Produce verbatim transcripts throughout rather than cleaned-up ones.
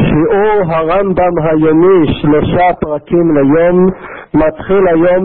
שיעור הרמב"ם היומי, שלושה פרקים ליום, מתחיל היום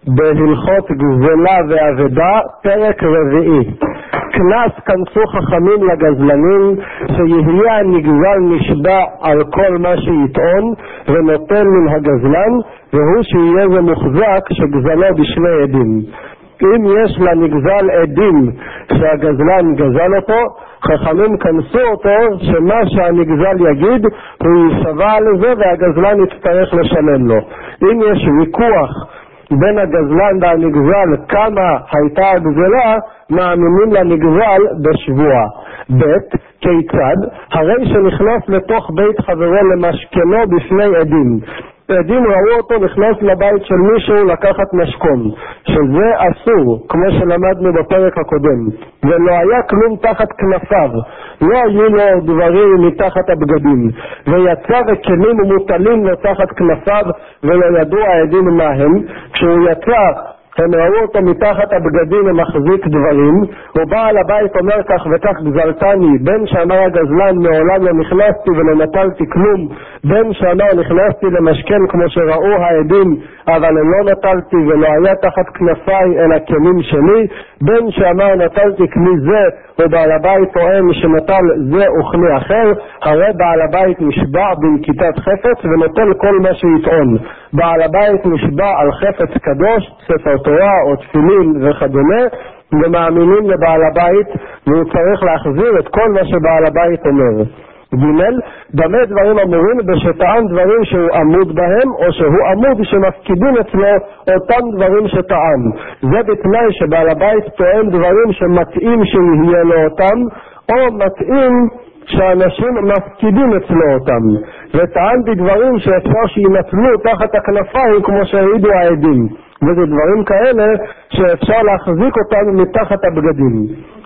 בהלכות גזלה ואבדה, פרק רביעי. כנס כנסו חכמים לגזלנים, שיהיה הנגזל נשבע על כל מה שיטעון ונותן מן הגזלן, והוא שיהיה זה מוחזק שגזלו בשני עדים. אם יש לנגזל עדים שהגזלן גזל אותו, חכמים כנסו אותו שמה שהנגזל יגיד הוא יישבע על זה והגזלן יצטרך לשלם לו. אם יש ויכוח בין הגזלן והנגזל כמה הייתה הגזלה, מאמינים לנגזל בשבועה. ב' כיצד? הרי שנכנס לתוך בית חברו למשכנו בפני עדים. עדים ראו אותו נכנס לבית של מישהו לקחת משכון, שזה אסור, כמו שלמדנו בפרק הקודם, ולא היה כלום תחת כנפיו, לא היו לו דברים מתחת הבגדים, ויצא וכלים ומוטלים לו תחת כנפיו ולא ידעו העדים מה הם. כשהוא יצא הם ראו אותו מתחת הבגדים ומחזיק דברים, ובעל הבית אומר כך וכך גזלתני, בין שאמר הגזלן מעולם לא נכנסתי ולא נטלתי כלום, בין שאמר נכנסתי למשכן כמו שראו העדים אבל לא נטלתי ולא היה תחת כנפיי אלא כלים שלי, בין שאמר נטלתי כלי זה ובעל הבית טוען שנטל זה וכלי אחר, הרי בעל הבית נשבע בנקיטת חפץ ונוטל כל מה שיטעון. בעל הבית נשבע על חפץ קדוש, ספר תורה או תפילין וכדומה, ומאמינים לבעל הבית והוא צריך להחזיר את כל מה שבעל הבית אומר. ג' במה דברים אמורים? בשטען דברים שהוא עמוד בהם או שהוא עמוד שמפקידים אצלו אותם דברים שטען. זה בתנאי שבעל הבית טוען דברים שמתאים שיהיה לו אותם או מתאים שאנשים מפקידים אצלו אותם, וטען בדברים שאפשר שינטלו תחת הכנפיים כמו שהעידו העדים, וזה דברים כאלה שאפשר להחזיק אותם מתחת הבגדים.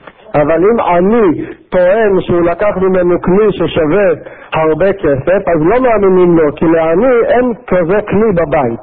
אבל אם אני טוען שהוא לקח ממנו כלי ששווה הרבה כסף, אז לא מאמינים לו, כי לעני אין כזה כלי בבית.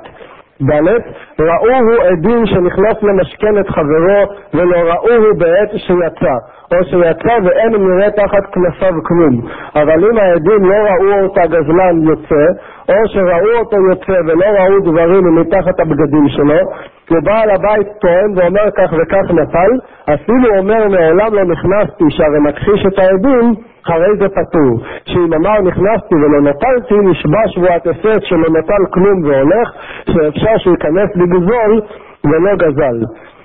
ד' ראוהו עדים שנכנס למשכן את חברו ולא ראוהו בעת שיצא, או שיצא ואין נראה תחת כנפיו כלום. אבל אם העדים לא ראו אותה גזלן יוצא, או שראו אותו יוצא ולא ראו דברים מתחת הבגדים שלו, ובעל הבית טוען ואומר כך וכך נפל, אפילו אומר מעולם לא נכנסתי שהרי מכחיש את העדים, הרי זה פטור. שאם אמר נכנסתי ולא נטלתי, נשבע שבועת הפת שלא נטל כלום והולך, שאפשר שיכנס לגזול ולא גזל.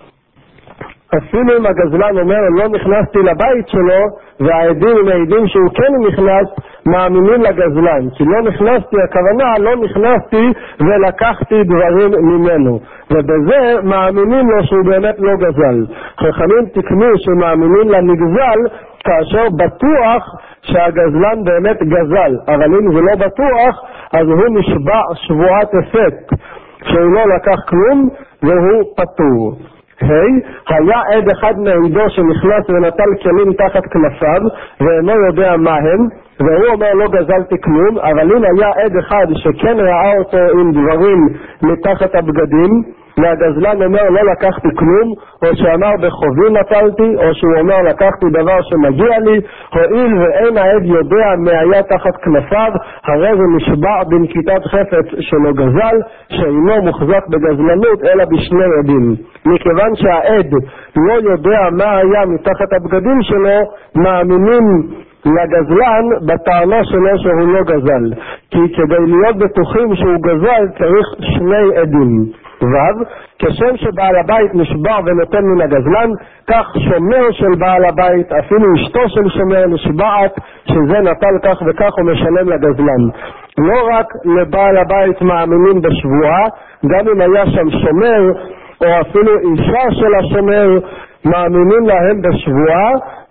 אפילו אם הגזלן אומר לא נכנסתי לבית שלו, והעדים מעידים שהוא כן נכנס, מאמינים לגזלן, כי לא נכנסתי, הכוונה לא נכנסתי ולקחתי דברים ממנו, ובזה מאמינים לו שהוא באמת לא גזל. חכמים תקנו שמאמינים לנגזל כאשר בטוח שהגזלן באמת גזל, אבל אם זה לא בטוח אז הוא נשבע שבועת הפת שהוא לא לקח כלום והוא פטור. היי, היה עד אחד מעידו שנכנס ונטל כלים תחת כנפיו ואינו יודע מה הם, והוא אומר לא גזלתי כלום, אבל אם היה עד אחד שכן ראה אותו עם דברים מתחת הבגדים, והגזלן אומר לא לקחתי כלום, או שאמר בחובי נטלתי, או שהוא אומר לקחתי דבר שמגיע לי, הואיל ואין העד יודע מה היה תחת כנפיו, הרי זה נשבע בנקיטת חפץ שלא גזל, שאינו מוחזק בגזלנות אלא בשני עדים. מכיוון שהעד לא יודע מה היה מתחת הבגדים שלו, מאמינים לגזלן בטענה שלו שהוא לא גזל, כי כדי להיות בטוחים שהוא גזל צריך שני עדים. ו' כשם שבעל הבית נשבע ונותן מן הגזלן, כך שומר של בעל הבית, אפילו אשתו של שומר נשבעת שזה נטל כך וכך ומשלם לגזלן. לא רק לבעל הבית מאמינים בשבועה, גם אם היה שם שומר או אפילו אישה של השומר מאמינים להם בשבועה,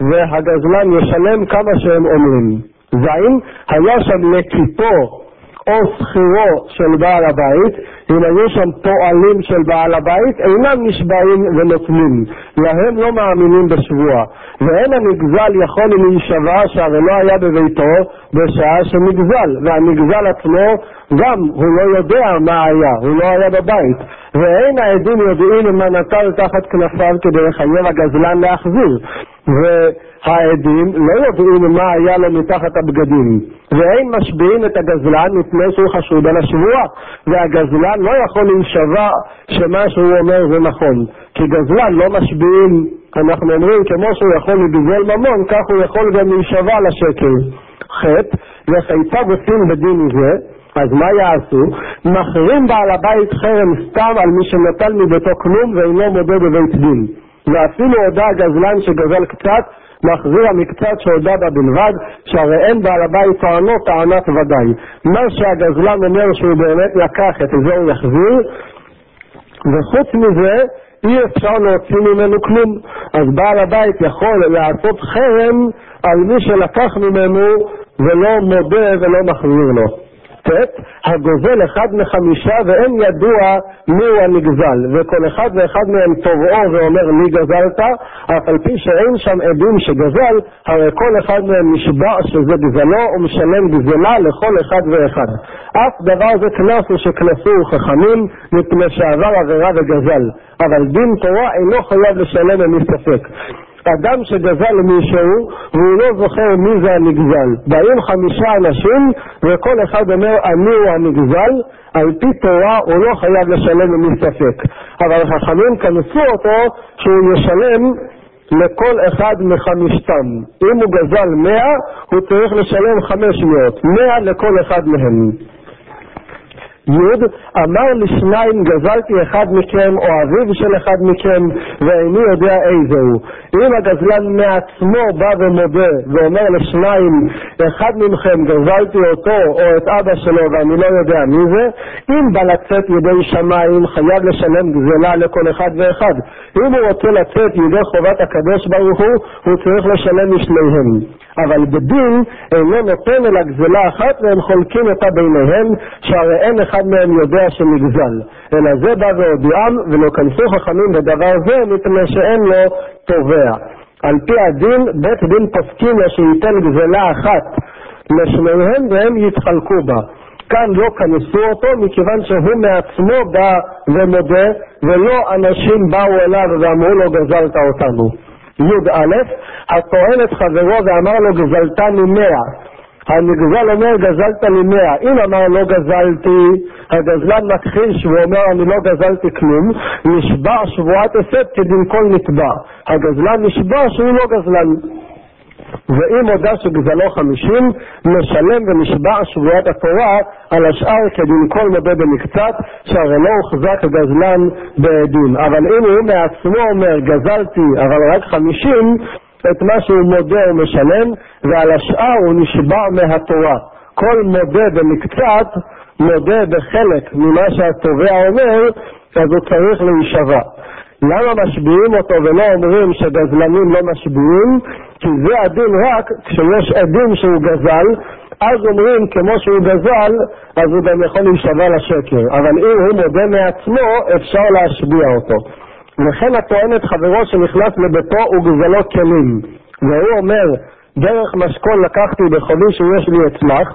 והגזלן ישלם כמה שהם אומרים. זין, היה שם לקיפו או שכירו של בעל הבית, אם היו שם פועלים של בעל הבית, אינם נשבעים ונוטלים, להם לא מאמינים בשבועה. ואין הנגזל יכול להישבע שהרי לא היה בביתו בשעה שנגזל, והנגזל עצמו גם הוא לא יודע מה היה, הוא לא היה בבית, ואין העדים יודעים מה נטל תחת כנפיו כדי לחייב הגזלן להחזיר. העדים לא יודעים מה היה לו מתחת הבגדים, ואין משביעים את הגזלן מפני שהוא חשוד על השבועה, והגזלן לא יכול להישבע שמה שהוא אומר זה נכון, כי גזלן לא משביעים, אנחנו אומרים כמו שהוא יכול לגזול ממון, כך הוא יכול גם להישבע לשקר. חטא, וכיצד עושים בדין הזה? אז מה יעשו? מכרים בעל הבית חרם סתם על מי שנטל מביתו כלום ואינו מודה בבית דין, ואפילו הודע הגזלן שגזל קצת, מחזיר המקצת שהודע בה בלבד, שהרי אין בעל הבית טענו טענת ודאי. מה שהגזלן אומר שהוא באמת לקח את זה הוא יחזיר, וחוץ מזה אי אפשר להוציא ממנו כלום. אז בעל הבית יכול לעשות חרם על מי שלקח ממנו ולא מודה ולא מחזיר לו. תת, הגוזל אחד מחמישה ואין ידוע מי הוא הנגזל, וכל אחד ואחד מהם תובעו ואומר לי גזלת, אף על פי שאין שם עדים שגזל, הרי כל אחד מהם נשבע שזה גזלו ומשלם גזלה לכל אחד ואחד. אף דבר זה קנס הוא שקנסו חכמים מפני שעבר עבירה וגזל, אבל דין תורה אינו חייב לשלם מספק. אדם שגזל מישהו והוא לא זוכר מי זה הנגזל, באים חמישה אנשים וכל אחד אומר אני הוא הנגזל, על פי תורה הוא לא חייב לשלם מספק, אבל חכמים כנסו אותו שהוא ישלם לכל אחד מחמישתם. אם הוא גזל מאה הוא צריך לשלם חמש מאות, מאה לכל אחד מהם. יוד, אמר לשניים גזלתי אחד מכם או אביו של אחד מכם ואיני יודע איזהו. אם הגזלן מעצמו בא ומודה ואומר לשניים אחד מכם גזלתי אותו או את אבא שלו ואני לא יודע מי זה, אם בא לצאת ידי שמיים חייב לשלם גזלה לכל אחד ואחד. אם הוא רוצה לצאת ידי חובת הקדוש ברוך הוא הוא צריך לשלם משניהם, אבל בדין אינו נותן אלא גזלה אחת והם חולקים אותה ביניהם, שהרי אין אחד מהם יודע שנגזל, אלא זה בא והודיעם, ולא כנסו חכמים בדבר זה מפני שאין לו תובע. על פי הדין בית דין פוסקים לו שייתן גזלה אחת לשניהם והם יתחלקו בה. כאן לא כנסו אותו מכיוון שהוא מעצמו בא ומודה ולא אנשים באו אליו ואמרו לו גזלת אותנו. יוד א', הטוען את חברו ואמר לו גזלתני מאה, הנגזל אומר גזלת לי מאה. אם אמר לא גזלתי, הגזלן מכחיש ואומר אני לא גזלתי כלום, נשבע שבועת הפסד כדין כל נתבע. הגזלן נשבע שהוא לא גזלן, ואם הודע שגזלו חמישים משלם ונשבע שבועת התורה על השאר כדין כל מודה במקצת, שהרי לא הוחזק הגזלן בעדין. אבל אם הוא מעצמו אומר גזלתי אבל רק חמישים, את מה שהוא מודה הוא משלם, ועל השאר הוא נשבע מהתורה. כל מודה במקצת מודה בחלק ממה שהתובע אומר, אז הוא צריך להישבע. למה משביעים אותו ולא אומרים שגזלנים לא משביעים? כי זה הדין רק כשיש עדים שהוא גזל, אז אומרים כמו שהוא גזל אז הוא גם יכול להישבע לשקר, אבל אם הוא מודה מעצמו אפשר להשביע אותו. וכן הטוען את חברו שנכנס לביתו וגזלו כלים, והוא אומר דרך משכון לקחתי בחובי שיש לי אצלך,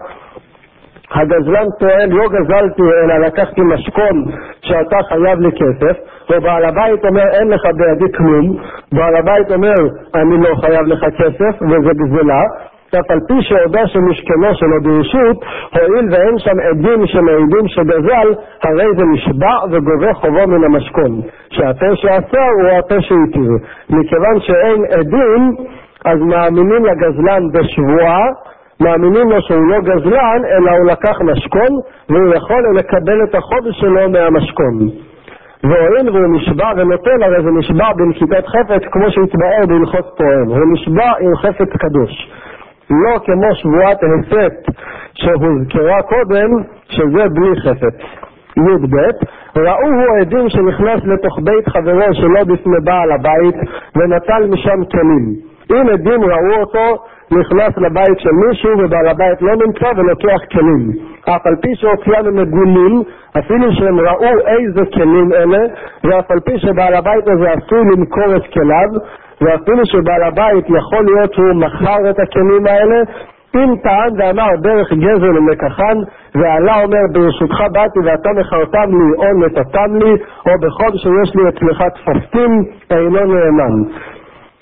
הגזלן טוען לא גזלתי אלא לקחתי משכון שאתה חייב לי כסף, ובעל הבית אומר אין לך בידי כלום, בעל הבית אומר אני לא חייב לך כסף וזה גזלה, אף על פי שהודע שמשכנו שלו ברשות, הואיל ואין שם עדים שמעידים שגזל, הרי זה נשבע וגובה חובו מן המשכון, שהפה שעשה הוא הפה שהתיר. מכיוון שאין עדים אז מאמינים לגזלן בשבועה, מאמינים לו שהוא לא גזלן אלא הוא לקח משכון והוא יכול לקבל את החוב שלו מהמשכון. והואיל והוא נשבע ונוטל, הרי זה נשבע בנקיטת חפץ כמו שהתבאר בהלכות טוען, הוא נשבע עם חפץ קדוש, לא כמו שבועת הפסד שהוזכרה קודם שזה בלי חפץ. י' ב', ראו הוא עדים שנכנס לתוך בית חברו שלא בפני בעל הבית ונטל משם כלים. אם עדים ראו אותו נכנס לבית של מישהו ובעל הבית לא נמצא ולוקח כלים, אף על פי שהוציאנו מגולים, אפילו שהם ראו איזה כלים אלה, ואף על פי שבעל הבית הזה עשוי למכור את כליו, ואפילו שבעל הבית יכול להיות שהוא מכר את הכלים האלה, אם טען ואמר דרך גזל ומקחן, ועלה אומר ברשותך באתי ואתה מכרתם לי או נתתם לי, או בכל שיש לי אצלך תפסתים, אינו נאמן.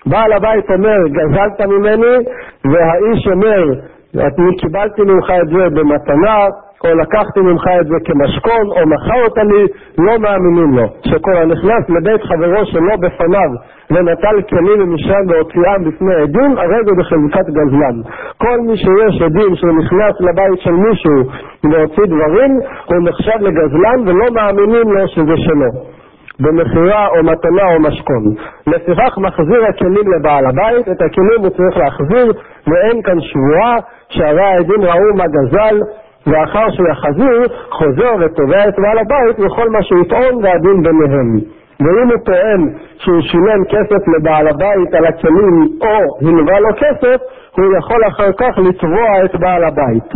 בעל הבית אומר גזלת ממני, והאיש אומר אני קיבלתי ממך את זה במתנה, או לקחתי ממך את זה כמשכון, או מכרת לי, לא מאמינים לו. שכל הנכנס לבית חברו שלא בפניו ונטל כלים ממשם והוציאם בפני עדים, הרגע בחזקת גזלן. כל מי שיש עדים שנכנס לבית של מישהו והוציא דברים, הוא נחשב לגזלן ולא מאמינים לו שזה שלו, במחירה או מתנה או משכון. לפיכך מחזיר הכלים לבעל הבית, את הכלים הוא צריך להחזיר, ואין כאן שבועה, שהרי העדים ראו מה גזל, ואחר שהוא יחזיר חוזר ותובע את בעל הבית וכל מה שהוא יטעון והדין ביניהם. ואם הוא טוען שהוא שילם כסף לבעל הבית על הכלים או הלווה לו כסף, הוא יכול אחר כך לתבוע את בעל הבית.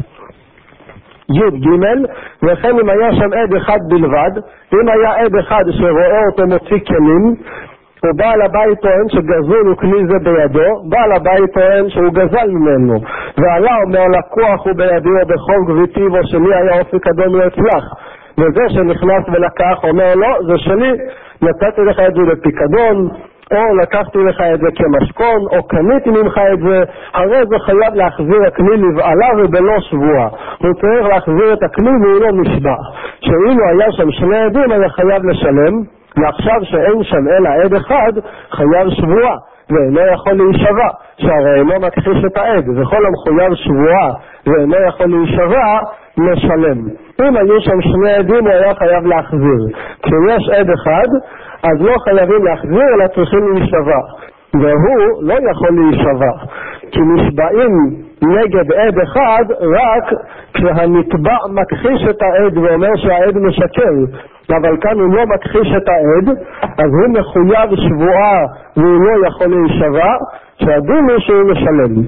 י' ג' וכן אם היה שם עד אחד בלבד, אם היה עד אחד שרואה אותו מוציא כלים, ובעל הבית טוען שגזול הוא כלי זה בידו, בעל הבית טוען שהוא גזל ממנו, ועלה אומר לקוח הוא בידי או בחוב גביתי או שלי היה אופק אדום לא אצלח, וזה שנכנס ולקח אומר לא זה שלי, נתתי לך את זה לפיקדון, או לקחתי לך את זה כמשכון, או קניתי ממך את זה, הרי זה חייב להחזיר הכלי לבעלה ובלא שבועה. הוא צריך להחזיר את הכלי והוא לא נשבע. שאילו היה שם שני עדים היה חייב לשלם, ועכשיו שאין שם אלא עד אחד חייב שבועה, ואינו יכול להישבע, שהרי אינו מכחיש את העד, וכל המחויב שבועה ואינו יכול להישבע משלם. אם היו שם שני עדים הוא היה חייב להחזיר. כשיש עד אחד אז לא חייבים להחזיר אלא צריכים להישבע, והוא לא יכול להישבע, כי נשבעים נגד עד אחד רק כשהנתבע מכחיש את העד ואומר שהעד משקר, אבל כאן הוא לא מכחיש את העד, אז הוא מחויב שבועה והוא לא יכול להישבע, שהדין הוא שהוא משלם.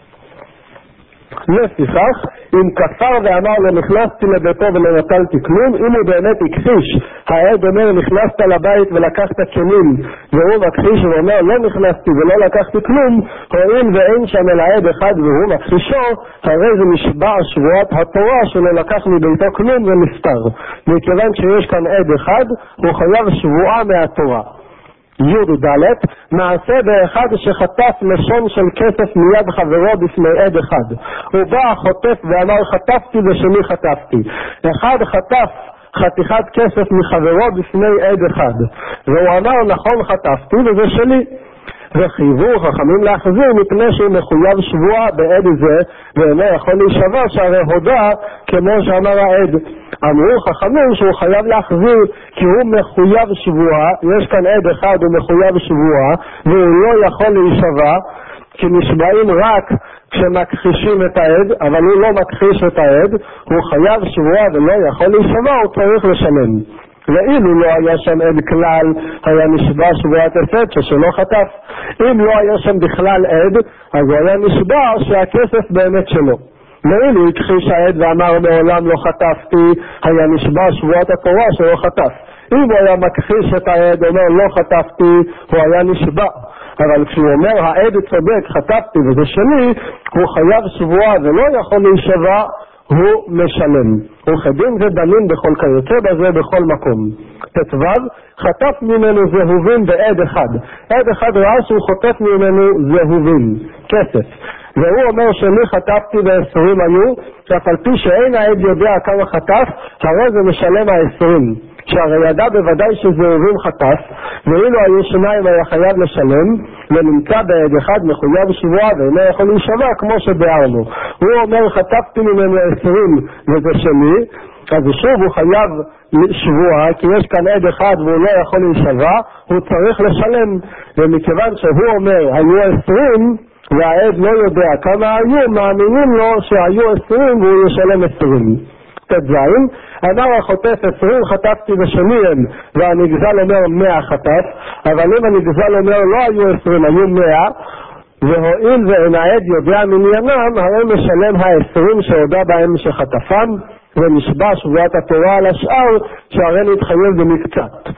לפיכך, אם כפר ואמר לו נכנסתי לביתו ולא נטלתי כלום, אם הוא באמת הכחיש, העד אומר נכנסת לבית ולקחת כלים, והוא מכחיש ואומר לא נכנסתי ולא לקחתי כלום, רואים ואין שם אל העד אחד והוא מכחישו, הרי זה נשבע שבועת התורה שלא לקח מביתו כלום ונפטר. מכיוון שיש כאן עד אחד, הוא חייב שבועה מהתורה. י' ד' מעשה באחד שחטף לשון של כסף מיד חברו בפני עד אחד. הוא בא חוטף ואמר חטפתי ושני חטפתי. אחד חטף חתיכת כסף מחברו בפני עד אחד, והוא אמר נכון חטפתי וזה שלי, וחייבו חכמים להחזיר מפני שהוא מחויב שבועה בעד זה ואינו יכול להישבע שהרי הודע כמו שאמר העד. אמרו חכמים שהוא חייב להחזיר כי הוא מחויב שבועה, יש כאן עד אחד הוא מחויב שבועה והוא לא יכול להישבע, כי נשבעים רק כשמכחישים את העד, אבל הוא לא מכחיש את העד, הוא חייב שבועה ולא יכול להישבע, הוא צריך לשלם. ואילו לא היה שם עד כלל, היה נשבע שבועת הפסד שלא חטף. אם לא היה שם בכלל עד, אז הוא היה נשבע שהכסף באמת שלו. ואילו הכחיש העד ואמר מעולם לא חטפתי, היה נשבע שבועת התורה שלא חטף. אם הוא היה מכחיש את העד, אומר לא חטפתי, הוא היה נשבע. אבל כשהוא אומר העד צודק, חטפתי וזה שלי, הוא חייב שבועה ולא יכול להישבע, הוא משלם. וכדין ודנים בכל כיוצא בזה בכל מקום. תתוו, חטף ממנו זהובים בעד אחד. עד אחד ראה שהוא חוטף ממנו זהובים, כסף. והוא אומר שלי חטפתי בעשרים היו, שאף על פי שאין העד יודע כמה חטף, הרי זה משלם העשרים. שהרי ידע בוודאי שזהובים חטף, ואילו היו שניים היה חייב לשלם, ונמצא בעד אחד מחויב שבועה ואינו יכול להישבע כמו שביארנו. הוא אומר חטפתי ממנו עשרים וזה שלי, אז שוב הוא חייב שבועה, כי יש כאן עד אחד והוא לא יכול להישבע, הוא צריך לשלם. ומכיוון שהוא אומר היו עשרים והעד לא יודע כמה היו, מאמינים לו שהיו עשרים והוא ישלם עשרים. תדזיים, אמר החוטף עשרים חטפתי ושניהם, והנגזל אומר מאה חטף, אבל אם הנגזל אומר לא היו עשרים היו מאה, והואיל ואין העד יודע מניינם, הרי משלם העשרים שהודע בהם שחטפם, ונשבע שבועת התורה על השאר שהרי נתחייב במקצת.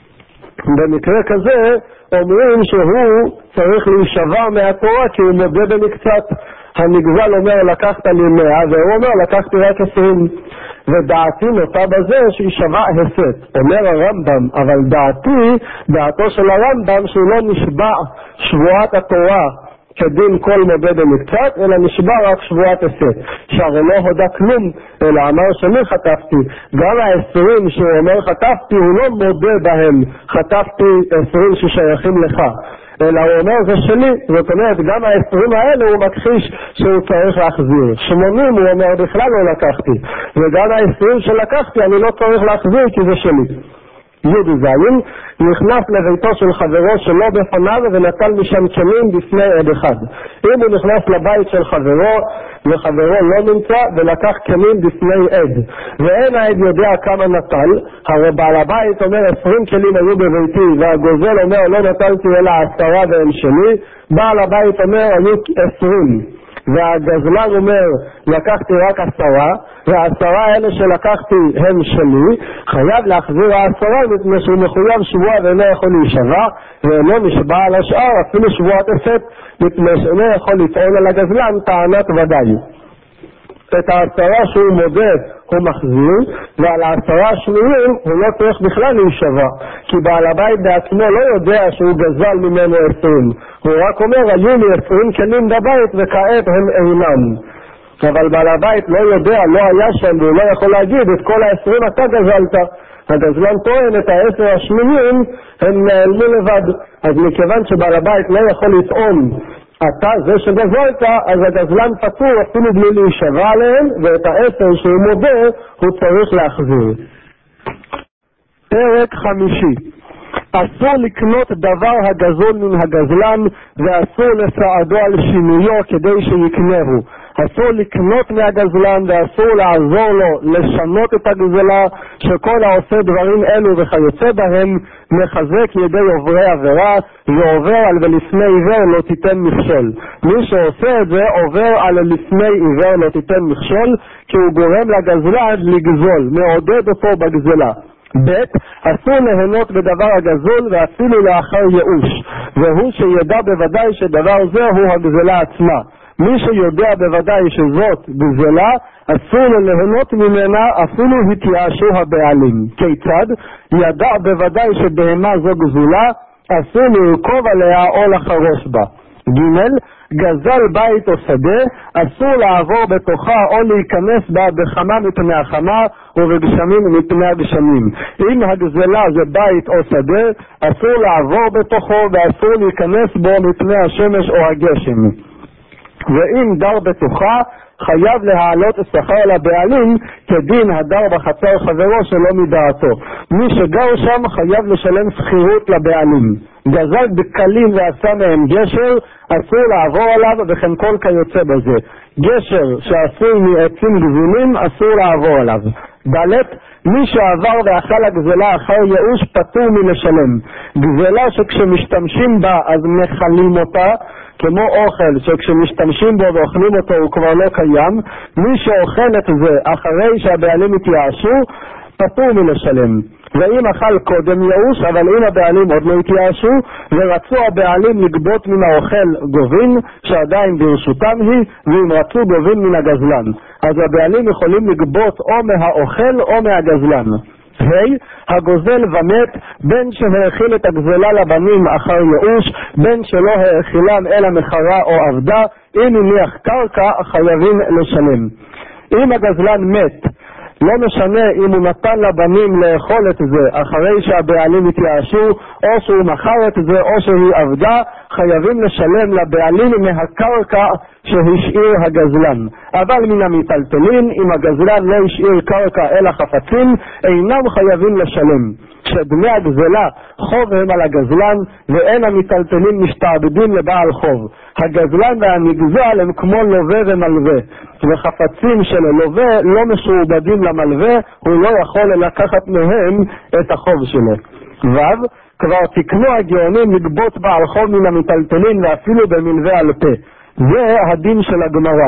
במקרה כזה אומרים שהוא צריך להישבע מהתורה כי הוא מודה במקצת. הנגזל אומר לקחת לי מאה והוא אומר לקחתי רק עשרים. ודעתי נוטה בזה שהיא שווה הסת. אומר הרמב"ם, אבל דעתי, דעתו של הרמב"ם שהוא לא נשבע שבועת התורה כדין כל מודה במקצת, אלא נשבע רק שבועת הסת, שהרי לא הודה כלום, אלא אמר שמי חטפתי. גם העשרים שהוא אומר חטפתי, הוא לא מודה בהם, חטפתי עשרים ששייכים לך, אלא הוא אומר זה שלי. זאת אומרת, גם העשרים האלה הוא מכחיש שהוא צריך להחזיר. שמונים הוא אומר בכלל לא לקחתי, וגם העשרים שלקחתי אני לא צריך להחזיר כי זה שלי. י' זין, נכנס לביתו של חברו שלא בפניו ונטל משם כלים בפני עד אחד. אם הוא נכנס לבית של חברו וחברו לא נמצא ולקח כלים בפני עד, ואין העד יודע כמה נטל, הרי בעל הבית אומר עשרים כלים היו בביתי, והגוזל אומר לא נטלתי אלא עשרה והם שלי, בעל הבית אומר היו עשרים, והגזלן אומר לקחתי רק עשרה, והעשרה האלה שלקחתי הם שלי, חייב להחזיר העשרה מפני שהוא מחויב שבועה ואינו יכול להישבע, ואינו נשבע על השאר אפילו שבועת הסת, מפני שאינו יכול לטעון על הגזלן טענת ודאי. את העשרה שהוא מודה הוא מחזיר, ועל העשרה השניים הוא לא צריך בכלל להישבע, כי בעל הבית בעצמו לא יודע שהוא גזל ממנו עשרים, הוא רק אומר היו לי עשרים כלים בבית וכעת הם אינם. אבל בעל הבית לא יודע, לא היה שם, והוא לא יכול להגיד את כל העשרים אתה גזלת. הגזלן טוען את העשר השמונים הם נעלמו לבד. אז מכיוון שבעל הבית לא יכול לטעון אתה זה שגזלת, אז הגזלן פטור אפילו בלי להישבע עליהם, ואת העשר שהוא מודה הוא צריך להחזיר. פרק חמישי. אסור לקנות דבר הגזול מן הגזלן, ואסור לסעדו על שינויו כדי שיקנהו. אסור לקנות מהגזלן ואסור לעזור לו לשנות את הגזלה, שכל העושה דברים אלו וכיוצא בהם מחזק ידי עוברי עבירה, ועובר על ולפני עיוור לא תיתן מכשול. מי שעושה את זה עובר על לפני עיוור לא תיתן מכשול, כי הוא גורם לגזלן לגזול, מעודד אותו בגזלה. ב' אסור ליהנות בדבר הגזול ואפילו לאחר ייאוש, והוא שידע בוודאי שדבר זה הוא הגזלה עצמה. מי שיודע בוודאי שזאת גזלה, אסור לו ליהנות ממנה אפילו התייאשו הבעלים. כיצד? ידע בוודאי שבהמה זו גזולה, אסור לרכוב עליה או לחרוש בה. ג' גזל בית או שדה, אסור לעבור בתוכה או להיכנס בה בחמה מפני החמה ובגשמים מפני הגשמים. אם הגזלה זה בית או שדה, אסור לעבור בתוכו ואסור להיכנס בו מפני השמש או הגשם. ואם דר בתוכה, חייב להעלות שכר לבעלים כדין הדר בחצר חברו שלא מדעתו. מי שגר שם חייב לשלם שכירות לבעלים. גזל בקלים ועשה מהם גשר, אסור לעבור עליו וכן כל כיוצא בזה. גשר שעשוי מעצים גזולים אסור לעבור עליו. ד' מי שעבר ואכל הגזלה אחר ייאוש פטור מלשלם. גזלה שכשמשתמשים בה אז מחלים אותה, כמו אוכל שכשמשתמשים בו ואוכלים אותו הוא כבר לא קיים, מי שאוכל את זה אחרי שהבעלים התייאשו פטור מלשלם. ואם אכל קודם ייאוש, אבל אם הבעלים עוד לא התייאשו ורצו הבעלים לגבות מן האוכל גובין שעדיין ברשותם היא, ואם רצו גובין מן הגזלן, אז הבעלים יכולים לגבות או מהאוכל או מהגזלן. היי, הגוזל ומת, בין שהאכיל את הגזלה לבנים אחר ייאוש, בין שלא האכילם אלא מחרה או עבדה, אם הניח קרקע חייבים לשלם. אם הגזלן מת, לא משנה אם הוא נתן לבנים לאכול את זה אחרי שהבעלים התייאשו, או שהוא מכר את זה או שהיא עבדה, חייבים לשלם לבעלים מהקרקע שהשאיר הגזלן. אבל מן המיטלטלין, אם הגזלן לא השאיר קרקע אלא חפצים, אינם חייבים לשלם. כשדמי הגזלה חוב הם על הגזלן, ואין המיטלטלין משתעבדים לבעל חוב. הגזלן והנגזל הם כמו לווה ומלווה, וחפצים של הלווה לא משועבדים למלווה, הוא לא יכול לקחת מהם את החוב שלו. ו' כבר תקנו הגאונים לגבות בעל חוב מן המיטלטלין ואפילו במלווה על פה. זה הדין של הגמרא.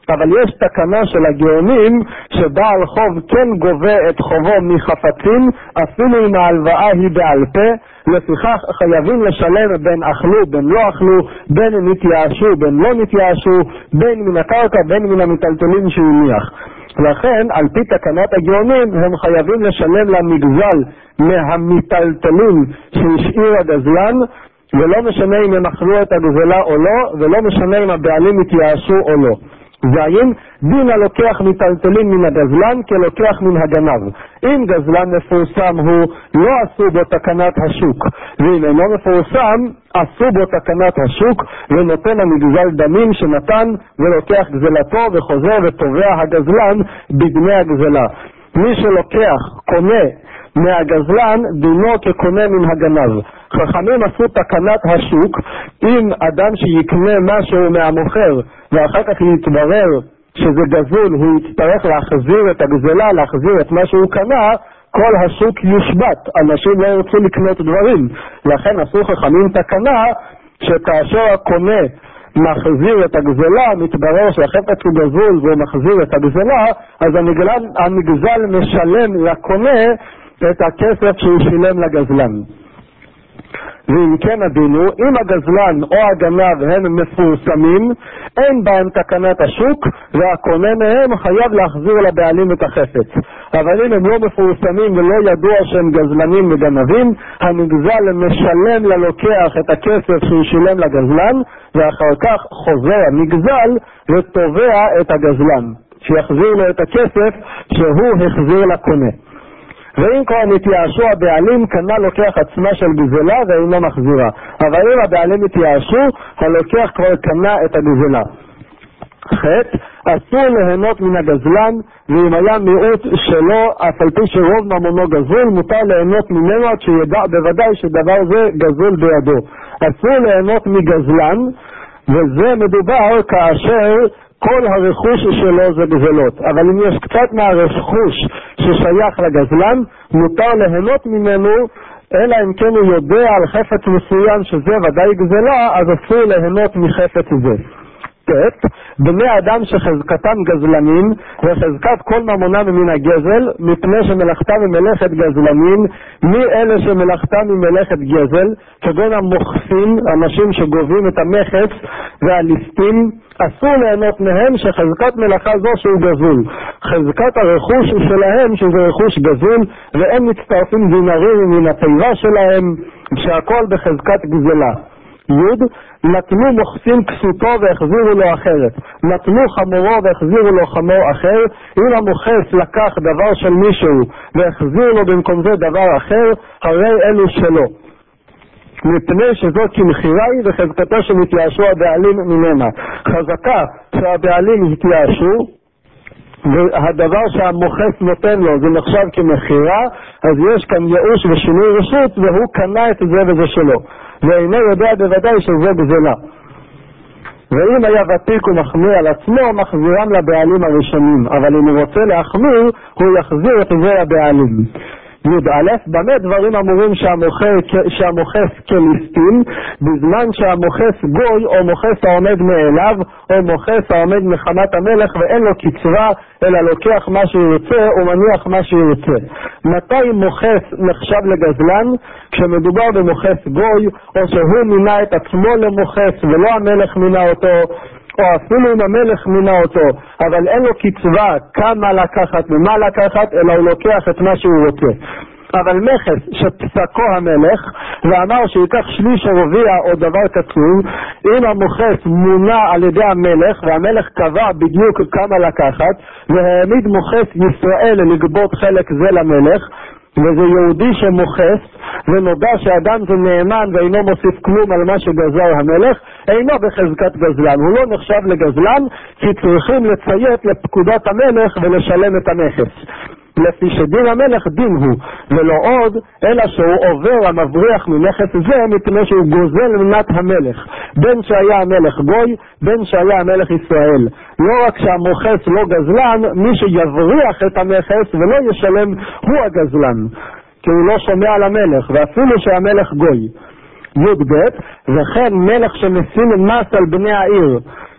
אבל יש תקנה של הגאונים שבעל חוב כן גובה את חובו מחפצים אפילו אם ההלוואה היא בעל פה, לפיכך חייבים לשלם בין אכלו בין לא אכלו, בין נתייאשו בין לא נתייאשו, בין מן הקרקע בין מן המטלטלים שהניח. לכן על פי תקנת הגאונים הם חייבים לשלם למגזל מהמטלטלים שהשאיר הגזלן, ולא משנה אם הם אכלו את הגזלה או לא, ולא משנה אם הבעלים התייאשו או לא. זין, דין הלוקח מטלטלים מן הגזלן כלוקח מן הגנב. אם גזלן מפורסם הוא לא עשו בו תקנת השוק, ואם אינו מפורסם עשו בו תקנת השוק, ונותן המגזל דמים שנתן ולוקח גזלתו וחוזר ותובע הגזלן בדמי הגזלה. מי שלוקח קונה מהגזלן דינו כקונה מן הגנב. חכמים עשו תקנת השוק, אם אדם שיקנה משהו מהמוכר ואחר כך יתברר שזה גזול, הוא יצטרך להחזיר את הגזלה, להחזיר את מה שהוא קנה, כל השוק יושבת, אנשים לא ירצו לקנות דברים. לכן עשו חכמים תקנה שכאשר הקונה מחזיר את הגזלה, מתברר שהחפץ הוא גזול והוא מחזיר את הגזלה, אז המגזל, המגזל משלם לקונה את הכסף שהוא שילם לגזלן. ואם כן הדינו, אם הגזלן או הגנב הם מפורסמים, אין בהם תקנת השוק, והקונה מהם חייב להחזיר לבעלים את החפץ. אבל אם הם לא מפורסמים ולא ידוע שהם גזלנים וגנבים, המגזל משלם ללוקח את הכסף שהוא שילם לגזלן, ואחר כך חוזר המגזל ותובע את הגזלן, שיחזיר לו את הכסף שהוא החזיר לקונה. ואם כבר נתייאשו הבעלים, קנה לוקח עצמה של גזלה ואינו מחזירה. אבל אם הבעלים נתייאשו, הלוקח כבר קנה את הגזלה. חטא, אסור ליהנות מן הגזלן, ואם היה מיעוט שלו, אף על פי שרוב ממונו גזול, מותר ליהנות ממנו עד שידע בוודאי שדבר זה גזול בידו. אסור ליהנות מגזלן, וזה מדובר כאשר כל הרכוש שלו זה גזלות. אבל אם יש קצת מהרכוש ששייך לגזלן, מותר ליהנות ממנו, אלא אם כן הוא יודע על חפץ מסוים שזה ודאי גזלה, אז אסור ליהנות מחפץ זה. ט', בני אדם שחזקתם גזלנים וחזקת כל ממונם מן הגזל, מפני שמלאכתם ממלאכת גזלנים, מי אלה שמלאכתם ממלאכת גזל, כגון המוכסים, אנשים שגובים את המכס והליסטים, אסור ליהנות מהם שחזקת מלאכה זו שהוא גזול. חזקת הרכוש שלהם שזה רכוש גזול, והם מצטרפים דינרים מן התיבה שלהם, שהכל בחזקת גזלה. יוד, נתנו מוכסים כסותו והחזירו לו אחרת. נתנו חמורו והחזירו לו חמור אחר. אם המוכס לקח דבר של מישהו והחזיר לו במקום זה דבר אחר, הרי אלו שלו. מפני שזו כמחירה היא וחזקתו שמתייאשו הבעלים ממנה. חזקה שהבעלים התייאשו, והדבר שהמוכס נותן לו זה נחשב כמחירה, אז יש כאן ייאוש ושינוי רשות, והוא קנה את זה וזה שלו, ואינו יודע בוודאי שזה גזלה. ואם היה ותיק ומחמיר על עצמו, מחזירם לבעלים הראשונים, אבל אם הוא רוצה להחמיר, הוא יחזיר את זה לבעלים. י"א, במה דברים אמורים שהמוכס כליסטין, בזמן שהמוכס גוי או מוכס העומד מאליו או מוכס העומד מחמת המלך ואין לו קצרה אלא לוקח מה שהוא רוצה ומניח מה שהוא רוצה. מתי מוכס נחשב לגזלן? כשמדובר במוכס גוי, או שהוא מינה את עצמו למוכס ולא המלך מינה אותו, או אפילו אם המלך מינה אותו, אבל אין לו קצבה כמה לקחת ומה לקחת, אלא הוא לוקח את מה שהוא רוצה. אבל מכס שפסקו המלך ואמר שיקח שליש או רביע או דבר קצוב, אם המוכס מונה על ידי המלך והמלך קבע בדיוק כמה לקחת והעמיד מוכס ישראל לגבות חלק זה למלך, וזה יהודי שמוכס ונודע שאדם זה נאמן ואינו מוסיף כלום על מה שגזר המלך, אינו בחזקת גזלן. הוא לא נחשב לגזלן, כי צריכים לציית לפקודת המלך ולשלם את המכס, לפי שדין המלך דין הוא, ולא עוד אלא שהוא עובר המבריח ממכס זה מפני שהוא גוזל מנת המלך, בין שהיה המלך גוי בין שהיה המלך ישראל. לא רק שהמוכס לא גזלן, מי שיבריח את המכס ולא ישלם הוא הגזלן, כי הוא לא שומע על המלך ואפילו שהמלך גוי. י"ב, וכן מלך שמשים מס על בני העיר,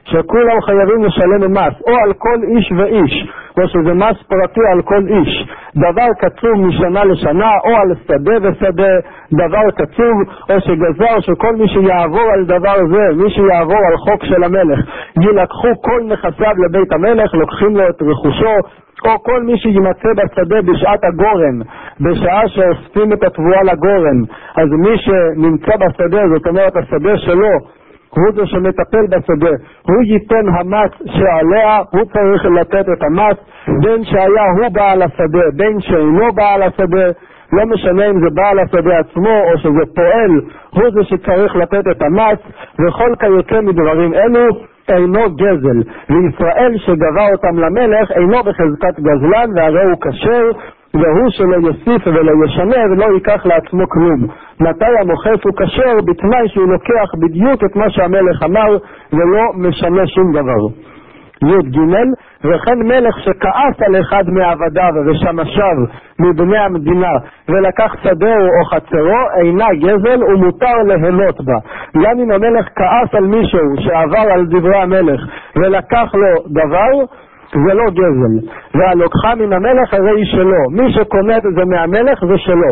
שכולם חייבים לשלם מס, או על כל איש ואיש, או שזה מס פרטי על כל איש, דבר קצוב משנה לשנה, או על שדה ושדה, דבר קצוב, או שגזר שכל מי שיעבור על דבר זה, מי שיעבור על חוק של המלך, ילקחו כל נכסיו לבית המלך, לוקחים לו את רכושו, או כל מי שימצא בשדה בשעת הגורן, בשעה שאוספים את התבואה לגורן, אז מי שנמצא בשדה, זאת אומרת השדה שלו, הוא זה שמטפל בשדה, הוא ייתן המס שעליה, הוא צריך לתת את המס, בין שהיה הוא בעל השדה, בין שאינו בעל השדה, לא משנה אם זה בעל השדה עצמו או שזה פועל, הוא זה שצריך לתת את המס, וכל כיוצא מדברים אלו אינו גזל, וישראל שגבה אותם למלך אינו בחזקת גזלן, והרי הוא כשר, והוא שלא יוסיף ולא ישנה ולא ייקח לעצמו כלום. מתי המוכף הוא כשר? בתנאי שהוא לוקח בדיוק את מה שהמלך אמר ולא משנה שום דבר. י' ג' וכן מלך שכעס על אחד מעבדיו ושמשיו מבני המדינה ולקח שדהו או חצרו, אינה גזל ומותר ליהנות בה. גם אם המלך כעס על מישהו שעבר על דברי המלך ולקח לו דבר, זה לא גזל, והלוקחה מן המלך הרי שלו, מי שקונה את זה מהמלך זה שלו,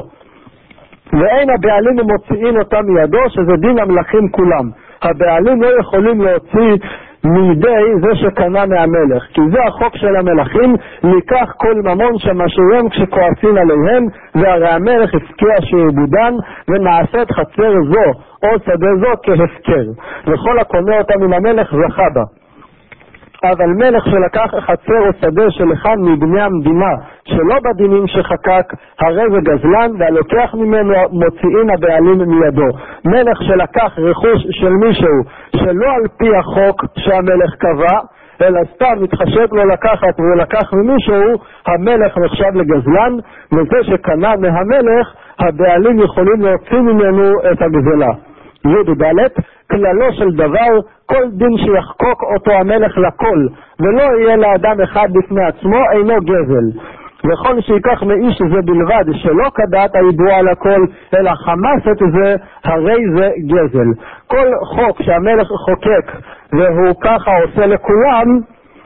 ואין הבעלים מוציאים אותה מידו, שזה דין המלכים כולם. הבעלים לא יכולים להוציא מידי זה שקנה מהמלך, כי זה החוק של המלכים, לקח כל ממון שמשאירים כשכועסים עליהם, והרי המלך הפקיע שעבודן, ונעשית חצר זו או שדה זו כהפקר, וכל הקונה אותה מן המלך זכה בה. אבל מלך שלקח חצר או שדה של אחד מבני המדינה שלא בדינים שחקק, הרי זה גזלן, והלוקח ממנו מוציאים הבעלים מידו. מלך שלקח רכוש של מישהו שלא על פי החוק שהמלך קבע, אלא סתם מתחשב לו לקחת והוא לקח ממישהו, המלך נחשב לגזלן, וזה שקנה מהמלך הבעלים יכולים להוציא ממנו את הגזלה. י' ד' כללו של דבר, כל דין שיחקוק אותו המלך לכל ולא יהיה לאדם אחד בפני עצמו אינו גזל, וכל שיקח מאיש זה בלבד שלא כדעת הידוע על הכל אלא חמס את זה, הרי זה גזל. כל חוק שהמלך חוקק והוא ככה עושה לכולם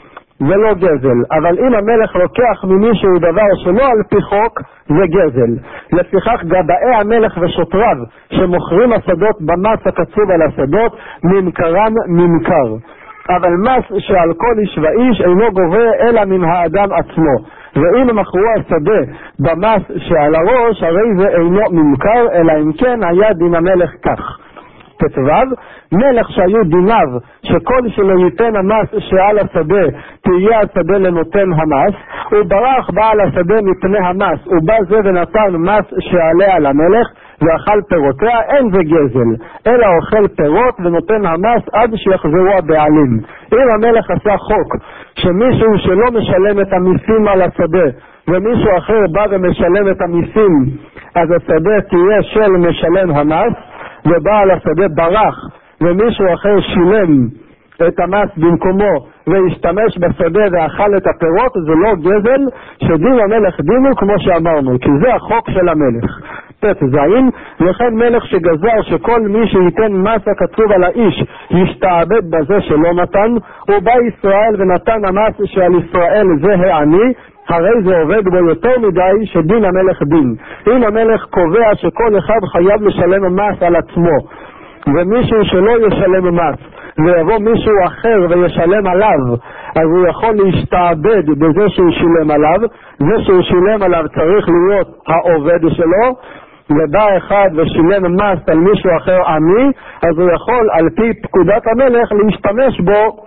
זה לא גזל, אבל אם המלך לוקח ממישהו דבר שלא על פי חוק זה גזל. לפיכך גבאי המלך ושוטריו שמוכרים השדות במס הקצוב על השדות, ממכרם ממכר, אבל מס שעל כל איש ואיש אינו גובה אלא מן האדם עצמו, ואם מכרו השדה במס שעל הראש הרי זה אינו ממכר, אלא אם כן היה דין המלך כך. תתבב, מלך שהיו דיניו שכל שלא ייתן המס שעל השדה תהיה השדה לנותן המס, הוא ברח בעל השדה מפני המס, הוא בא זה ונתן מס שעליה על המלך ואכל פירותיה, אין זה גזל, אלא אוכל פירות ונותן המס עד שיחזרו הבעלים. אם המלך עשה חוק שמישהו שלא משלם את המיסים על השדה ומישהו אחר בא ומשלם את המיסים, אז השדה תהיה של משלם המס, ובעל השדה ברח ומישהו אחר שילם את המס במקומו והשתמש בשדה ואכל את הפירות, זה לא גזל, שדין המלך דינו כמו שאמרנו, כי זה החוק של המלך. תזין, וכן מלך שגזר שכל מי שייתן מס הקצוב על האיש ישתעבד בזה שלא נתן, הוא בא ישראל ונתן המס שעל ישראל זה העני, הרי זה עובד בו יותר מדי שדין המלך דין. אם המלך קובע שכל אחד חייב לשלם מס על עצמו, ומישהו שלא ישלם מס ויבוא מישהו אחר וישלם עליו, אז הוא יכול להשתעבד בזה שהוא שילם עליו, זה שהוא שילם עליו צריך להיות העובד שלו, ובא אחד ושילם מס על מישהו אחר עמי, אז הוא יכול על פי פקודת המלך להשתמש בו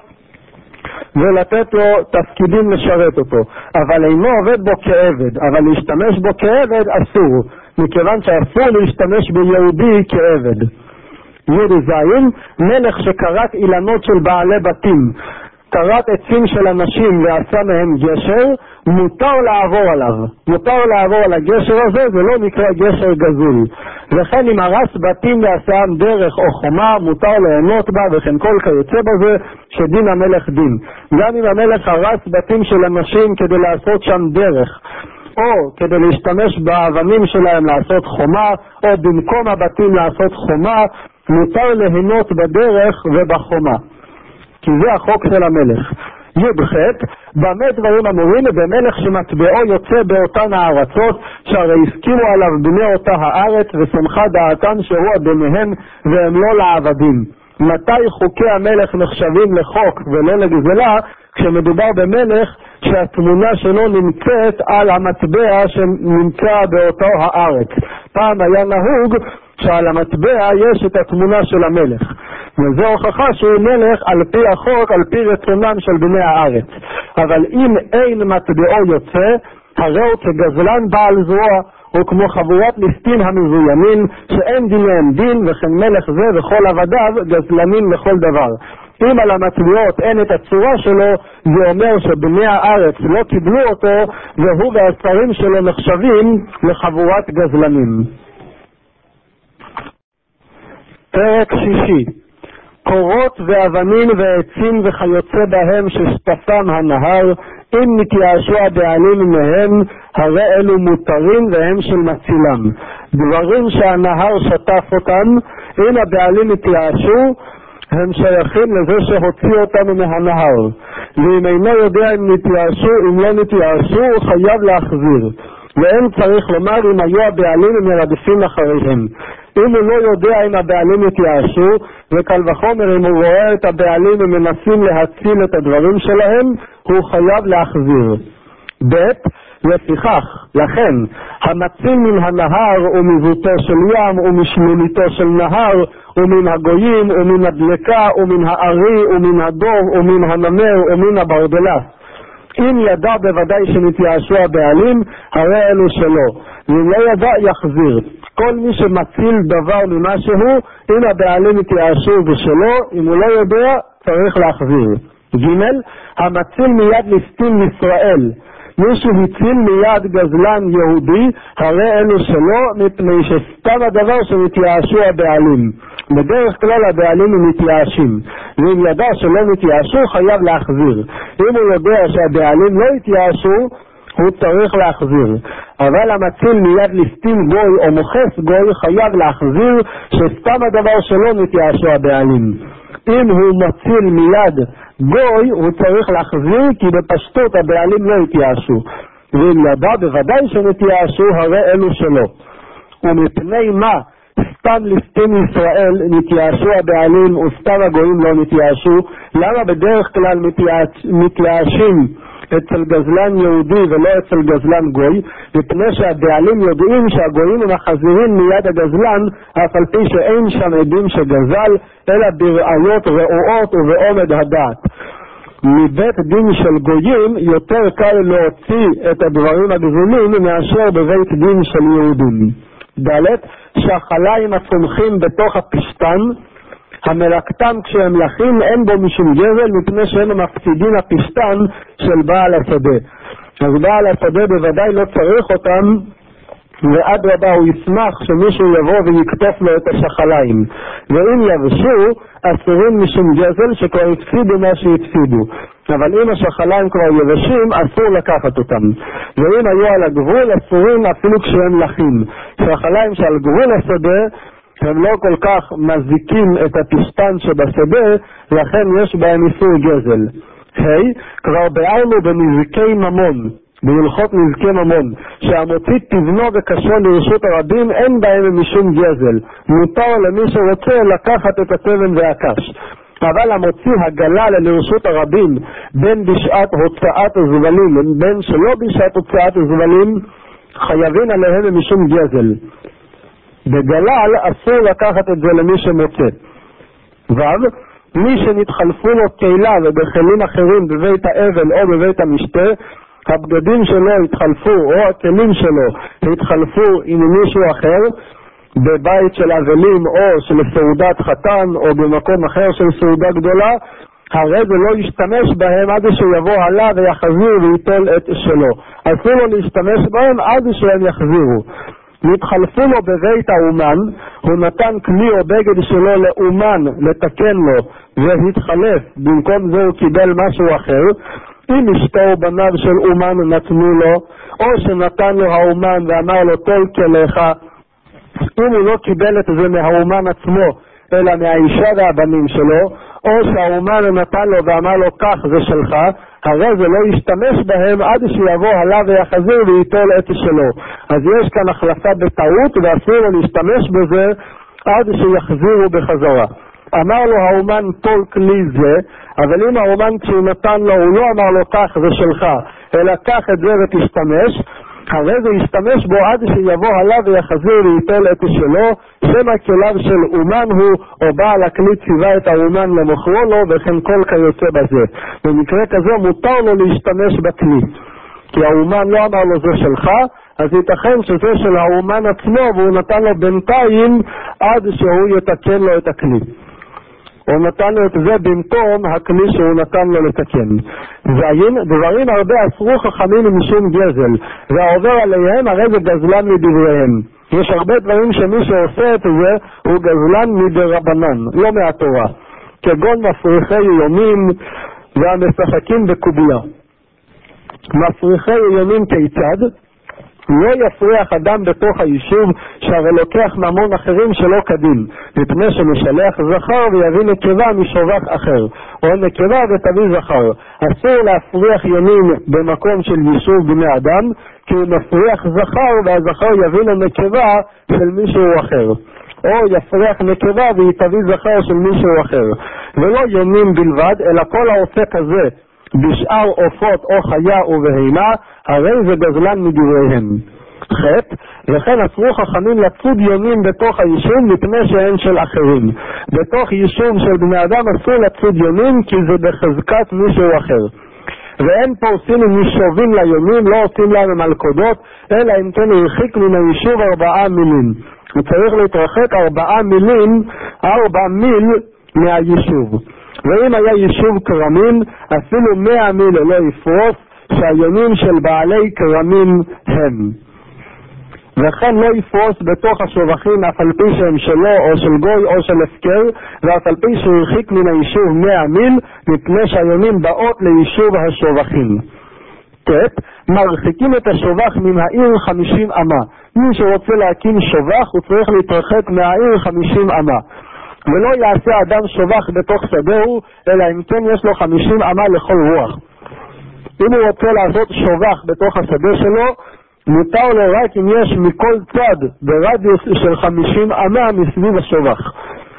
ולתת לו תפקידים לשרת אותו, אבל אינו עובד בו כעבד, אבל להשתמש בו כעבד אסור, מכיוון שאסור להשתמש ביהודי כעבד. י' זין, מלך שקראת אילנות של בעלי בתים, קראת עצים של אנשים ועשה מהם גשר, מותר לעבור עליו, מותר לעבור על הגשר הזה, זה לא נקרא גשר גזול. וכן אם הרס בתים ועשם דרך או חומה, מותר ליהנות בה, וכן כל כיוצא בזה שדין המלך דין. גם אם המלך הרס בתים של אנשים כדי לעשות שם דרך, או כדי להשתמש באבנים שלהם לעשות חומה, או במקום הבתים לעשות חומה, מותר ליהנות בדרך ובחומה. כי זה החוק של המלך. י"ח, במה דברים אמורים? במלך שמטבעו יוצא באותן הארצות, שהרי הסכימו עליו בני אותה הארץ, ושמחה דעתם שהוא אדוניהם והם לא לעבדים. מתי חוקי המלך נחשבים לחוק ולא לגזלה? כשמדובר במלך שהתמונה שלו נמצאת על המטבע שנמצא באותו הארץ. פעם היה נהוג שעל המטבע יש את התמונה של המלך, וזו הוכחה שהוא מלך על פי החוק, על פי רצונם של בני הארץ. אבל אם אין מטבעו יוצא, הרי הוא כגזלן בעל זרוע, הוא כמו חבורת ליסטים המזוינים, שאין דיניהם דין, וכן מלך זה וכל עבדיו גזלנים לכל דבר. אם על המטבעות אין את הצורה שלו, זה אומר שבני הארץ לא קיבלו אותו, והוא והשרים שלו נחשבים לחבורת גזלנים. פרק שישי. קורות ואבנים ועצים וכיוצא בהם ששטפם הנהר, אם נתייאשו הבעלים מהם, הרי אלו מותרים והם של מצילם. דברים שהנהר שטף אותם, אם הבעלים התייאשו, הם שייכים לזה שהוציא אותנו מהנהר. ואם אינו יודע אם נתייאשו, אם לא נתייאשו, הוא חייב להחזיר. ואין צריך לומר אם היו הבעלים מרדפים אחריהם. אם הוא לא יודע אם הבעלים התייאשו, וקל וחומר אם הוא רואה את הבעלים ומנסים להציל את הדברים שלהם, הוא חייב להחזיר. ב' לפיכך, לכן, המציל מן הנהר ומזוטו של ים ומשמוליתו של נהר ומן הגויים ומן הדלקה ומן הארי ומן הדוב ומן הנמר ומן הברדלה. אם ידע בוודאי שנתייאשו הבעלים, הרי אלו שלו, ואם לא ידע יחזיר. כל מי שמציל דבר ממשהו, אם הבעלים התייאשו זה שלו, אם הוא לא יודע צריך להחזיר. ג' המציל מיד ליסטים ישראל, מי שהציל מיד גזלן יהודי, הרי אלו שלו, מפני שסתם הדבר שנתייאשו הבעלים. בדרך כלל הבעלים הם מתייאשים, ואם ידע שלא מתייאשו חייב להחזיר. אם הוא יודע שהבעלים לא התייאשו, הוא צריך להחזיר. אבל המציל מיד ליסטים גוי או מוכס גוי חייב להחזיר, שסתם הדבר שלו מתייאשו הבעלים. אם הוא מציל מיד גוי, הוא צריך להחזיר, כי בפשטות הבעלים לא התייאשו. ואם ידע בוודאי שנתייאשו, הרי אלו שלו. ומפני מה סתם ליסטים ישראל נתייאשו הבעלים וסתם הגויים לא נתייאשו? למה בדרך כלל מתייאשים אצל גזלן יהודי ולא אצל גזלן גוי? מפני שהבעלים יודעים שהגויים הם החזירים מיד הגזלן, אף על פי שאין שם עדים שגזל, אלא בראיות רעועות ובעומד הדעת. מבית דין של גויים יותר קל להוציא את הדברים הגזולים מאשר בבית דין של יהודים. ד' שהחליים הצומחים בתוך הפשטן, המלקתם כשהם לחים אין בו משום גזל, מפני שהם מפסידים הפשטן של בעל השדה. אז בעל השדה בוודאי לא צריך אותם, ועד רבה הוא ישמח שמישהו יבוא ויקטוף לו את השחליים. ואם יבשו, אסורים משום גזל שכבר הפסידו מה שהפסידו. אבל אם השחליים כבר יבשים, אסור לקחת אותם. ואם היו על הגבול, אסורים אפילו כשהם לחים. שחליים שעל גבול השדה, הם לא כל כך מזיקים את הפשטן שבשדה, לכן יש בהם איסור גזל. היי, כבר ביארנו בנזיקי ממון, בהלכות נזקי ממון, שהמוציא תבנו וקשרו לרשות הרבים, אין בהם משום גזל. מותר למי שרוצה לקחת את התבן והקש. אבל המוציא הגלה לרשות הרבים, בין בשעת הוצאת הזבלים, בין שלא בשעת הוצאת הזבלים, חייבים עליהם משום גזל. בגלל אסור לקחת את זה למי שמוצא. ו' מי שנתחלפו לו קהילה ובכלים אחרים בבית האבל או בבית המשתה, הבגדים שלו התחלפו או הכלים שלו התחלפו עם מישהו אחר, בבית של אבלים או של סעודת חתן או במקום אחר של סעודה גדולה, הרי זה לא ישתמש בהם עד שיבוא עלה ויחזיר ויטול את שלו. אסור לו להשתמש בהם עד שהם יחזירו. נתחלפו לו בבית האומן, הוא נתן כלי או בגד שלו לאומן לתקן לו והתחלף, במקום זה הוא קיבל משהו אחר. אם אשתו או בניו של אומן נתנו לו, או שנתן לו האומן ואמר לו תול כליך, אם הוא לא קיבל את זה מהאומן עצמו אלא מהאישה והבנים שלו, או שהאומן נתן לו ואמר לו כך זה שלך, הרי זה לא ישתמש בהם עד שיבוא הלה ויחזיר וייטול את שלו. אז יש כאן החלפה בטעות ואסור לו להשתמש בזה עד שיחזירו בחזרה. אמר לו האומן טול כלי זה, אבל אם האומן כשהוא נתן לו הוא לא אמר לו כך זה שלך, אלא קח את זה ותשתמש, הרי זה ישתמש בו עד שיבוא הלה ויחזיר וייטול את שלו, שמא כליו של אומן הוא, או בעל הכלי ציווה את האומן למוכרו לו, וכן כל כיוצא בזה. במקרה כזה מותר לו להשתמש בכלי, כי האומן לא אמר לו זה שלך, אז ייתכן שזה של האומן עצמו והוא נתן לו בינתיים עד שהוא יתקן לו את הכלי. הוא נתן לו את זה במקום הכלי שהוא נתן לו לתקן. והאם דברים הרבה אסרו חכמים משום גזל, והעובר עליהם הרי זה גזלן מדבריהם. יש הרבה דברים שמי שעושה את זה הוא גזלן מדרבנן, לא מהתורה, כגון מפריחי יונים והמשחקים בקוביה. מפריחי יונים כיצד? לא יפריח אדם בתוך היישוב שהרי לוקח ממון אחרים שלא כדין, מפני שמשלח זכר ויביא נקבה משובח אחר, או נקבה ותביא זכר. אסור להפריח יונים במקום של יישוב בני אדם, כי הוא מפריח זכר והזכר יביא לו נקבה של מישהו אחר, או יפריח נקבה והיא תביא זכר של מישהו אחר. ולא יונים בלבד, אלא כל העושה כזה בשאר עופות או חיה ובהימה, הרי זה גזלן מדבריהם. חטא, וכן אסרו חכמים לצוד יונים בתוך היישוב מפני שהן של אחרים. בתוך יישוב של בני אדם אסור לצוד יונים כי זה בחזקת מישהו אחר. ואין פה עושים משובים ליונים, לא עושים להם מלכודות, אלא אם כן הרחיק מן היישוב ארבעה מילים. הוא צריך להתרחק ארבעה מילים, ארבע מיל מהיישוב. ואם היה יישוב קרמים, אפילו מאה מיל לא יפרוס, שהיונים של בעלי קרמים הם. וכן לא יפרוס בתוך השובחים אף על פי שהם שלו או של גוי או של הפקר, ואף על פי שהרחיק מן היישוב מאה מיל, מפני שהיונים באות ליישוב השובחים. תת, מרחיקים את השובח מן העיר חמישים אמה. מי שרוצה להקים שובח הוא צריך להתרחק מהעיר חמישים אמה. ולא יעשה אדם שובח בתוך שדהו, אלא אם כן יש לו חמישים אמה לכל רוח. אם הוא רוצה לעשות שובח בתוך השדה שלו, מותר לו רק אם יש מכל צד ברדיוס של חמישים אמה מסביב השובח,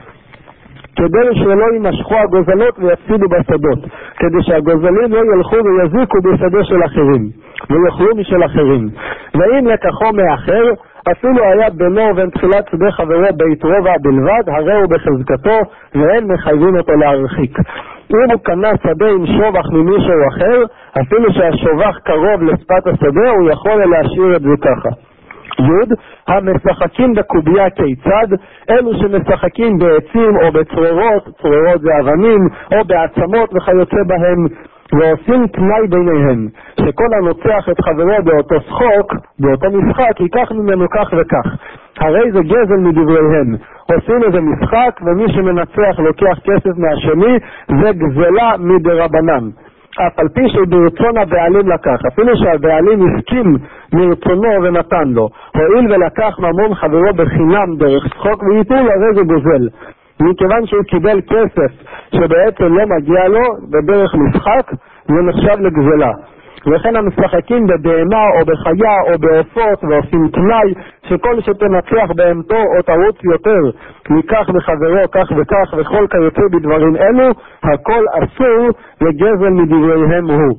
כדי שלא יימשכו הגוזלות ויפסידו בשדות, כדי שהגוזלים לא ילכו ויזיקו בשדה של אחרים ויאכלו משל אחרים. ואם לקחו מאחר, אפילו היה בינו ובין תחילת שדה חברו בית רובע בלבד, הרי הוא בחזקתו ואין מחייבים אותו להרחיק. אם הוא קנה שדה עם שובח ממישהו אחר, אפילו שהשובח קרוב לשפת השדה, הוא יכול להשאיר את זה ככה. יוד, המשחקים בקוביה כיצד? אלו שמשחקים בעצים או בצרורות, צרורות זה אבנים, או בעצמות וכיוצא בהם, ועושים תנאי ביניהם, שכל הנוצח את חברו באותו שחוק, באותו משחק, ייקח ממנו כך וכך. הרי זה גזל מדבריהם. עושים איזה משחק, ומי שמנצח לוקח כסף מהשני, זה גזלה מדרבנן. אף על פי שברצון הבעלים לקח, אפילו שהבעלים הסכים מרצונו ונתן לו, הואיל ולקח ממון חברו בחינם דרך שחוק וייתול, הרי זה גוזל. מכיוון שהוא קיבל כסף שבעצם לא מגיע לו בדרך משחק, זה נחשב לגזלה. וכן המשחקים בבהמה או בחיה או בעופות ועושים תנאי שכל שתנצח בהמתו או תרוץ יותר מכך מחברו כך וכך וכל כיוצא בדברים אלו, הכל אסור וגזל מדבריהם הוא.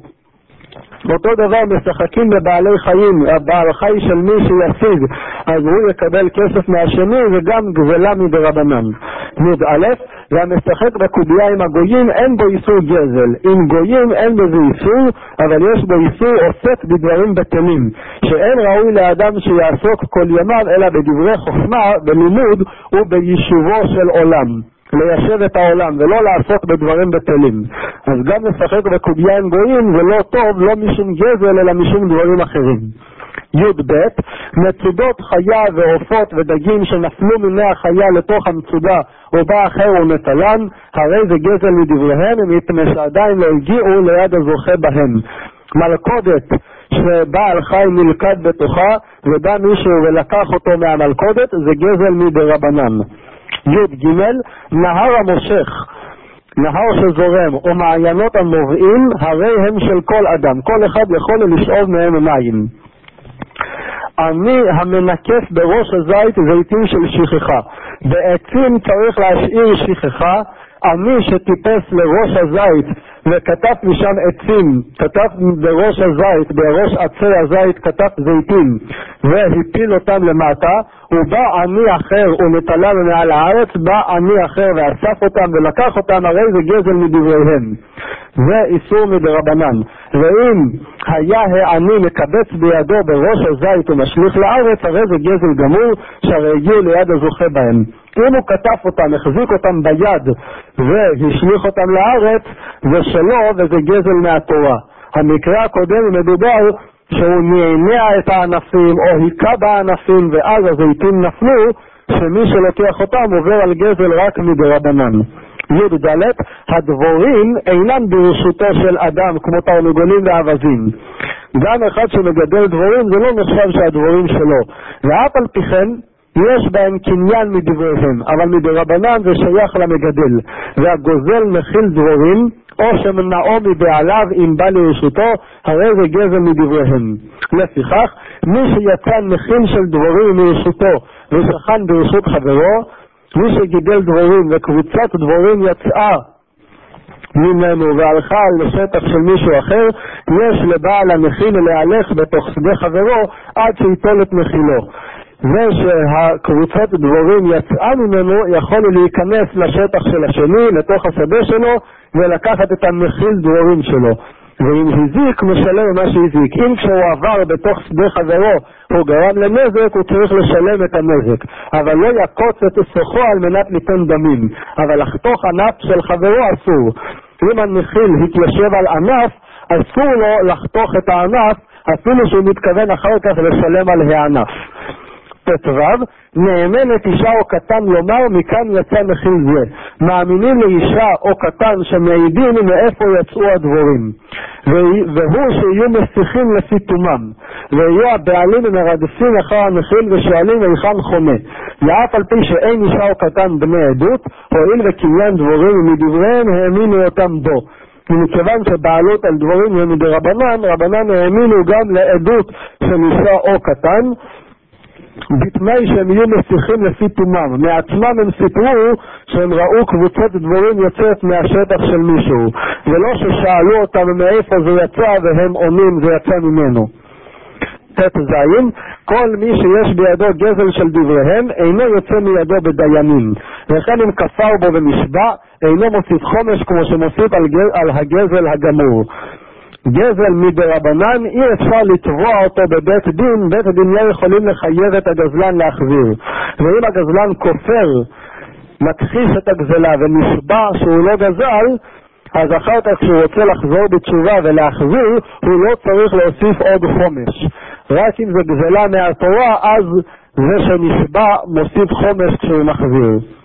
אותו דבר משחקים בבעלי חיים, הבעל חי של מי שישיג, אז הוא יקבל כסף מהשני וגם גזלה מדרבנן. יוד א', והמשחק בקוביה עם הגויים אין בו איסור גזל. עם גויים אין בזה איסור, אבל יש בו איסור עוסק בדברים בטלים, שאין ראוי לאדם שיעסוק כל ימיו אלא בדברי חוכמה, בלימוד וביישובו של עולם, ליישב את העולם ולא לעסוק בדברים בטלים. אז גם לשחק בקוביה עם גויים זה לא טוב, לא משום גזל אלא משום דברים אחרים. יוד ב', מצודות חיה ועופות ודגים שנפלו מיני החיה לתוך המצודה ובא אחר ומטלן, הרי זה גזל מדבריהם, מפני שעדיין לא הגיעו ליד הזוכה בהם. מלכודת שבעל חי נלכד בתוכה ובא מישהו ולקח אותו מהמלכודת, זה גזל מדרבנן. יוד ג', נהר המושך נהר שזורם או מעיינות המובעים, הרי הם של כל אדם, כל אחד יכול לשאוב מהם מים. אני המנקף בראש הזית זיתים של שכחה. בעצים צריך להשאיר שכחה. אני שטיפס לראש הזית וכתב משם עצים, כתב בראש הזית, בראש עצי הזית כתב זיתים והפיל אותם למטה, ובא אני אחר ונטלם מעל הארץ, בא אני אחר ואסף אותם ולקח אותם, הרי זה גזל מדבריהם. זה איסור מדרבנן. ואם היה העני מקבץ בידו בראש הזית ומשליך לארץ, הרי זה גזל גמור, שהרי הגיעו ליד הזוכה בהם. אם הוא כתב אותם, החזיק אותם ביד והשליך אותם לארץ, זה שלו וזה גזל מהתורה. המקרה הקודם מדובר שהוא נענע את הענפים או היכה בענפים ואז הזיתים נפלו, שמי שלוקח אותם עובר על גזל רק מדרבנן. י' ד' הדבורים אינם ברשותו של אדם כמו תרנגולים ואווזים. גם אחד שמגדל דבורים זה לא נחשב שהדבורים שלו, ואף על פי כן יש בהם קניין מדבריהם, אבל מדרבנן זה שייך למגדל. והגוזל מכיל דבורים או שמנעו מבעליו אם בא לרשותו, הרי זה גזל מדבריהם. לפיכך מי שיצא מכיל של דבורים מרשותו ושכן ברשות חברו, מי שגידל דבורים וקבוצת דבורים יצאה ממנו והלכה על שטח של מישהו אחר, יש לבעל המכיל להלך בתוך שדה חברו עד שיטול את מכילו. זה שהקבוצת דבורים יצאה ממנו יכול להיכנס לשטח של השני, לתוך השדה שלו, ולקחת את המכיל דבורים שלו. ואם הזיק משלם מה שהזיק. אם כשהוא עבר בתוך שדה חברו הוא גרם לנזק, הוא צריך לשלם את הנזק, אבל לא יקוץ את סוחו על מנת ליתן דמים. אבל לחתוך ענף של חברו אסור. אם המכיל התיישב על ענף, אסור לו לחתוך את הענף אפילו שהוא מתכוון אחר כך לשלם על הענף. תתרב, נאמנת אישה או קטן לומר מכאן יצא מכיל זה. מאמינים לאישה או קטן שמעידים מאיפה יצאו הדבורים, והוא שיהיו מסיחים לפי תומם, ויהיו הבעלים מרדפים אחר המכיל ושואלים היכן חונה. ואף על פי שאין אישה או קטן בני עדות, הואיל וקניין דבורים מדבריהם האמינו אותם בו. ומכיוון שבעלות על דבורים ומדרבנן, רבנן האמינו גם לעדות של אישה או קטן, בתנאי שהם יהיו מסיחים לפי תומם. מעצמם הם סיפרו שהם ראו קבוצת דבורים יוצאת מהשטח של מישהו, ולא ששאלו אותם מאיפה זה יצא והם עונים זה יצא ממנו. תת זין, כל מי שיש בידו גזל של דבריהם אינו יוצא מידו בדיינים, וכן אם כפר בו במשבע אינו מוסיף חומש כמו שמוסיף על, גז, על הגזל הגמור. גזל מדרבנן אי אפשר לתבוע אותו בבית דין, בית הדין לא יכולים לחייב את הגזלן להחזיר. ואם הגזלן כופר, מכחיש את הגזלה ונשבע שהוא לא גזל, אז אחר כך כשהוא רוצה לחזור בתשובה ולהחזיר, הוא לא צריך להוסיף עוד חומש. רק אם זה גזלה מהתורה, אז זה שנשבע מוסיף חומש כשהוא מחזיר.